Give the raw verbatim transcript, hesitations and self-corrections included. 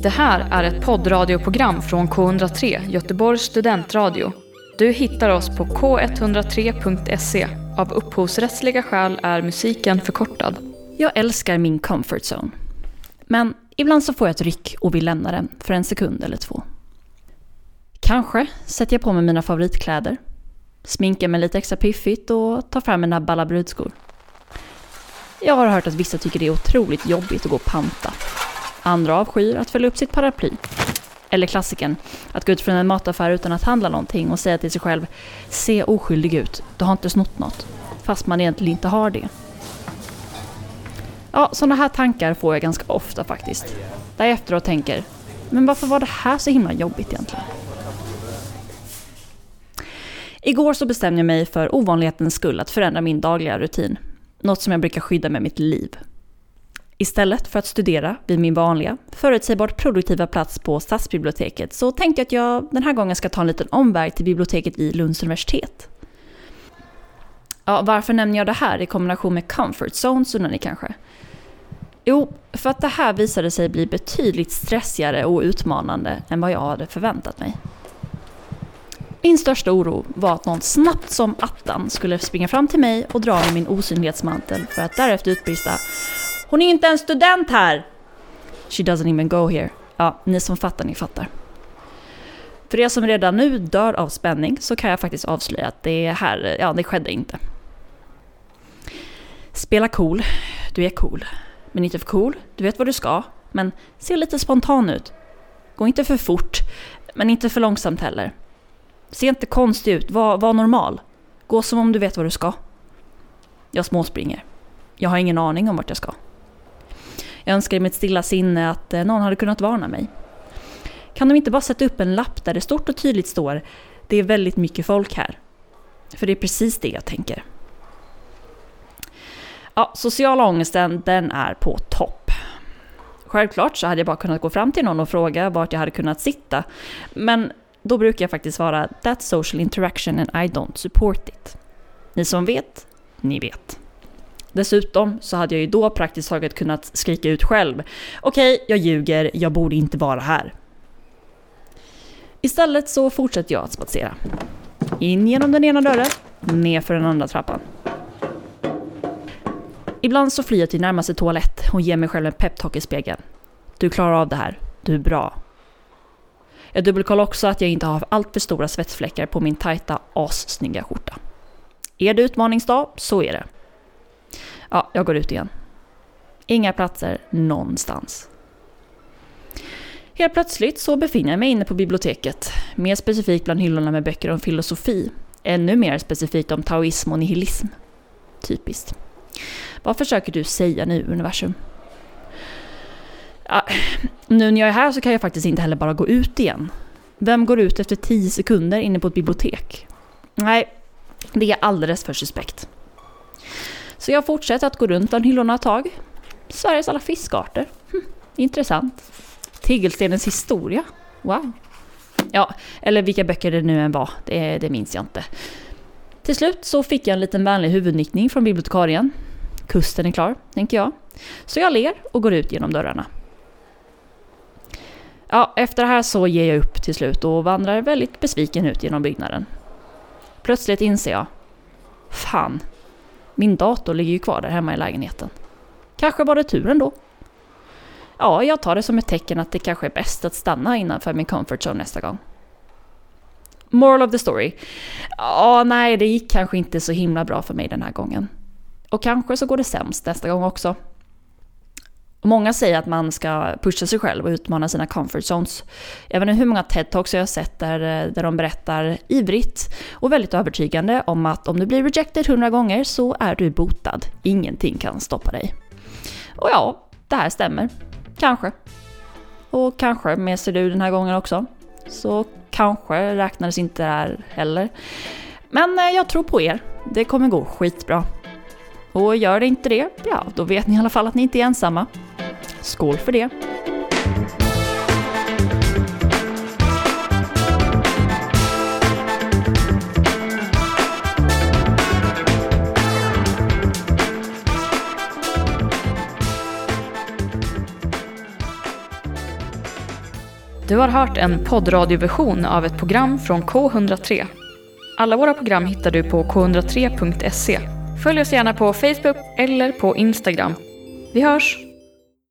Det här är ett poddradioprogram från K ett noll tre, Göteborgs studentradio. Du hittar oss på k ett noll tre punkt se. Av upphovsrättsliga skäl är musiken förkortad. Jag älskar min comfort zone. Men ibland så får jag ett ryck och vill lämna den för en sekund eller två. Kanske sätter jag på mig mina favoritkläder, sminkar mig lite extra piffigt och tar fram mina balla brudskor. Jag har hört att vissa tycker det är otroligt jobbigt att gå och panta. Andra avskyr att fälla upp sitt paraply. Eller klassiken, att gå ut från en mataffär utan att handla någonting och säga till sig själv: se oskyldig ut, du har inte snott något. Fast man egentligen inte har det. Ja, sådana här tankar får jag ganska ofta faktiskt. Där jag efteråt tänker, men varför var det här så himla jobbigt egentligen? Igår så bestämde jag mig för ovanlighetens skull att förändra min dagliga rutin. Något som jag brukar skydda med mitt liv. Istället för att studera vid min vanliga, förutsägbart produktiva plats på stadsbiblioteket så tänkte jag att jag den här gången ska ta en liten omväg till biblioteket vid Lunds universitet. Ja, varför nämner jag det här i kombination med comfort zones undrar ni kanske? Jo, för att det här visade sig bli betydligt stressigare och utmanande än vad jag hade förväntat mig. Min största oro var att någon snabbt som attan skulle springa fram till mig och dra i min osynlighetsmantel för att därefter utbrista: hon är inte en student här! She doesn't even go here. Ja, ni som fattar, ni fattar. För er som redan nu dör av spänning så kan jag faktiskt avslöja att det här, ja, det skedde inte. Spela cool, du är cool. Men inte för cool, du vet vad du ska. Men se lite spontan ut. Gå inte för fort, men inte för långsamt heller. Se inte konstig ut, var, var normal. Gå som om du vet vad du ska. Jag småspringer. Jag har ingen aning om vart jag ska. Jag önskar i mitt stilla sinne att någon hade kunnat varna mig. Kan de inte bara sätta upp en lapp där det stort och tydligt står: det är väldigt mycket folk här. För det är precis det jag tänker. Ja, sociala ångesten, den är på topp. Självklart så hade jag bara kunnat gå fram till någon och fråga vart jag hade kunnat sitta. Men då brukar jag faktiskt vara that social interaction and I don't support it. Ni som vet, ni vet. Dessutom så hade jag ju då praktiskt taget kunnat skrika ut själv: okej, jag ljuger, jag borde inte vara här. Istället så fortsätter jag att spatsera. In genom den ena dörren, ner för den andra trappan. Ibland så flyr jag till närmaste toalett och ger mig själv en peptalk i spegeln. Du klarar av det här, du är bra. Jag dubbelkollar också att jag inte har allt för stora svettfläckar på min tajta, assnygga skjorta. Är det utmaningsdag, så är det. Ja, jag går ut igen. Inga platser någonstans. Helt plötsligt så befinner jag mig inne på biblioteket. Mer specifikt bland hyllorna med böcker om filosofi. Ännu mer specifikt om taoism och nihilism. Typiskt. Vad försöker du säga nu, universum? Ja, nu när jag är här så kan jag faktiskt inte heller bara gå ut igen. Vem går ut efter tio sekunder inne på ett bibliotek? Nej, det är alldeles för suspekt. Så jag fortsätter att gå runt bland hyllorna ett tag. Sveriges alla fiskarter. Hm, intressant. Tegelstenens historia. Wow. Ja, eller vilka böcker det nu än var. Det, det minns jag inte. Till slut så fick jag en liten vänlig huvudnickning från bibliotekarien. Kusten är klar, tänker jag. Så jag ler och går ut genom dörrarna. Ja, efter det här så ger jag upp till slut och vandrar väldigt besviken ut genom byggnaden. Plötsligt inser jag: fan, min dator ligger ju kvar där hemma i lägenheten. Kanske var det turen då. Ja, jag tar det som ett tecken att det kanske är bäst att stanna innanför min comfort zone nästa gång. Moral of the story. Ja, nej, det gick kanske inte så himla bra för mig den här gången. Och kanske så går det sämst nästa gång också. Många säger att man ska pusha sig själv och utmana sina comfort zones. Jag vet inte hur många TED-talks jag har sett där, där de berättar ivrigt och väldigt övertygande om att om du blir rejected hundra gånger så är du botad. Ingenting kan stoppa dig. Och ja, det här stämmer. Kanske. Och kanske med ser du den här gången också. Så kanske räknades inte det här heller. Men jag tror på er. Det kommer gå skitbra. Och gör det inte det, ja, då vet ni i alla fall att ni inte är ensamma. Skål för det! Du har hört en poddradioversion av ett program från K one oh three. Alla våra program hittar du på k one oh three punkt se. Följ oss gärna på Facebook eller på Instagram. Vi hörs!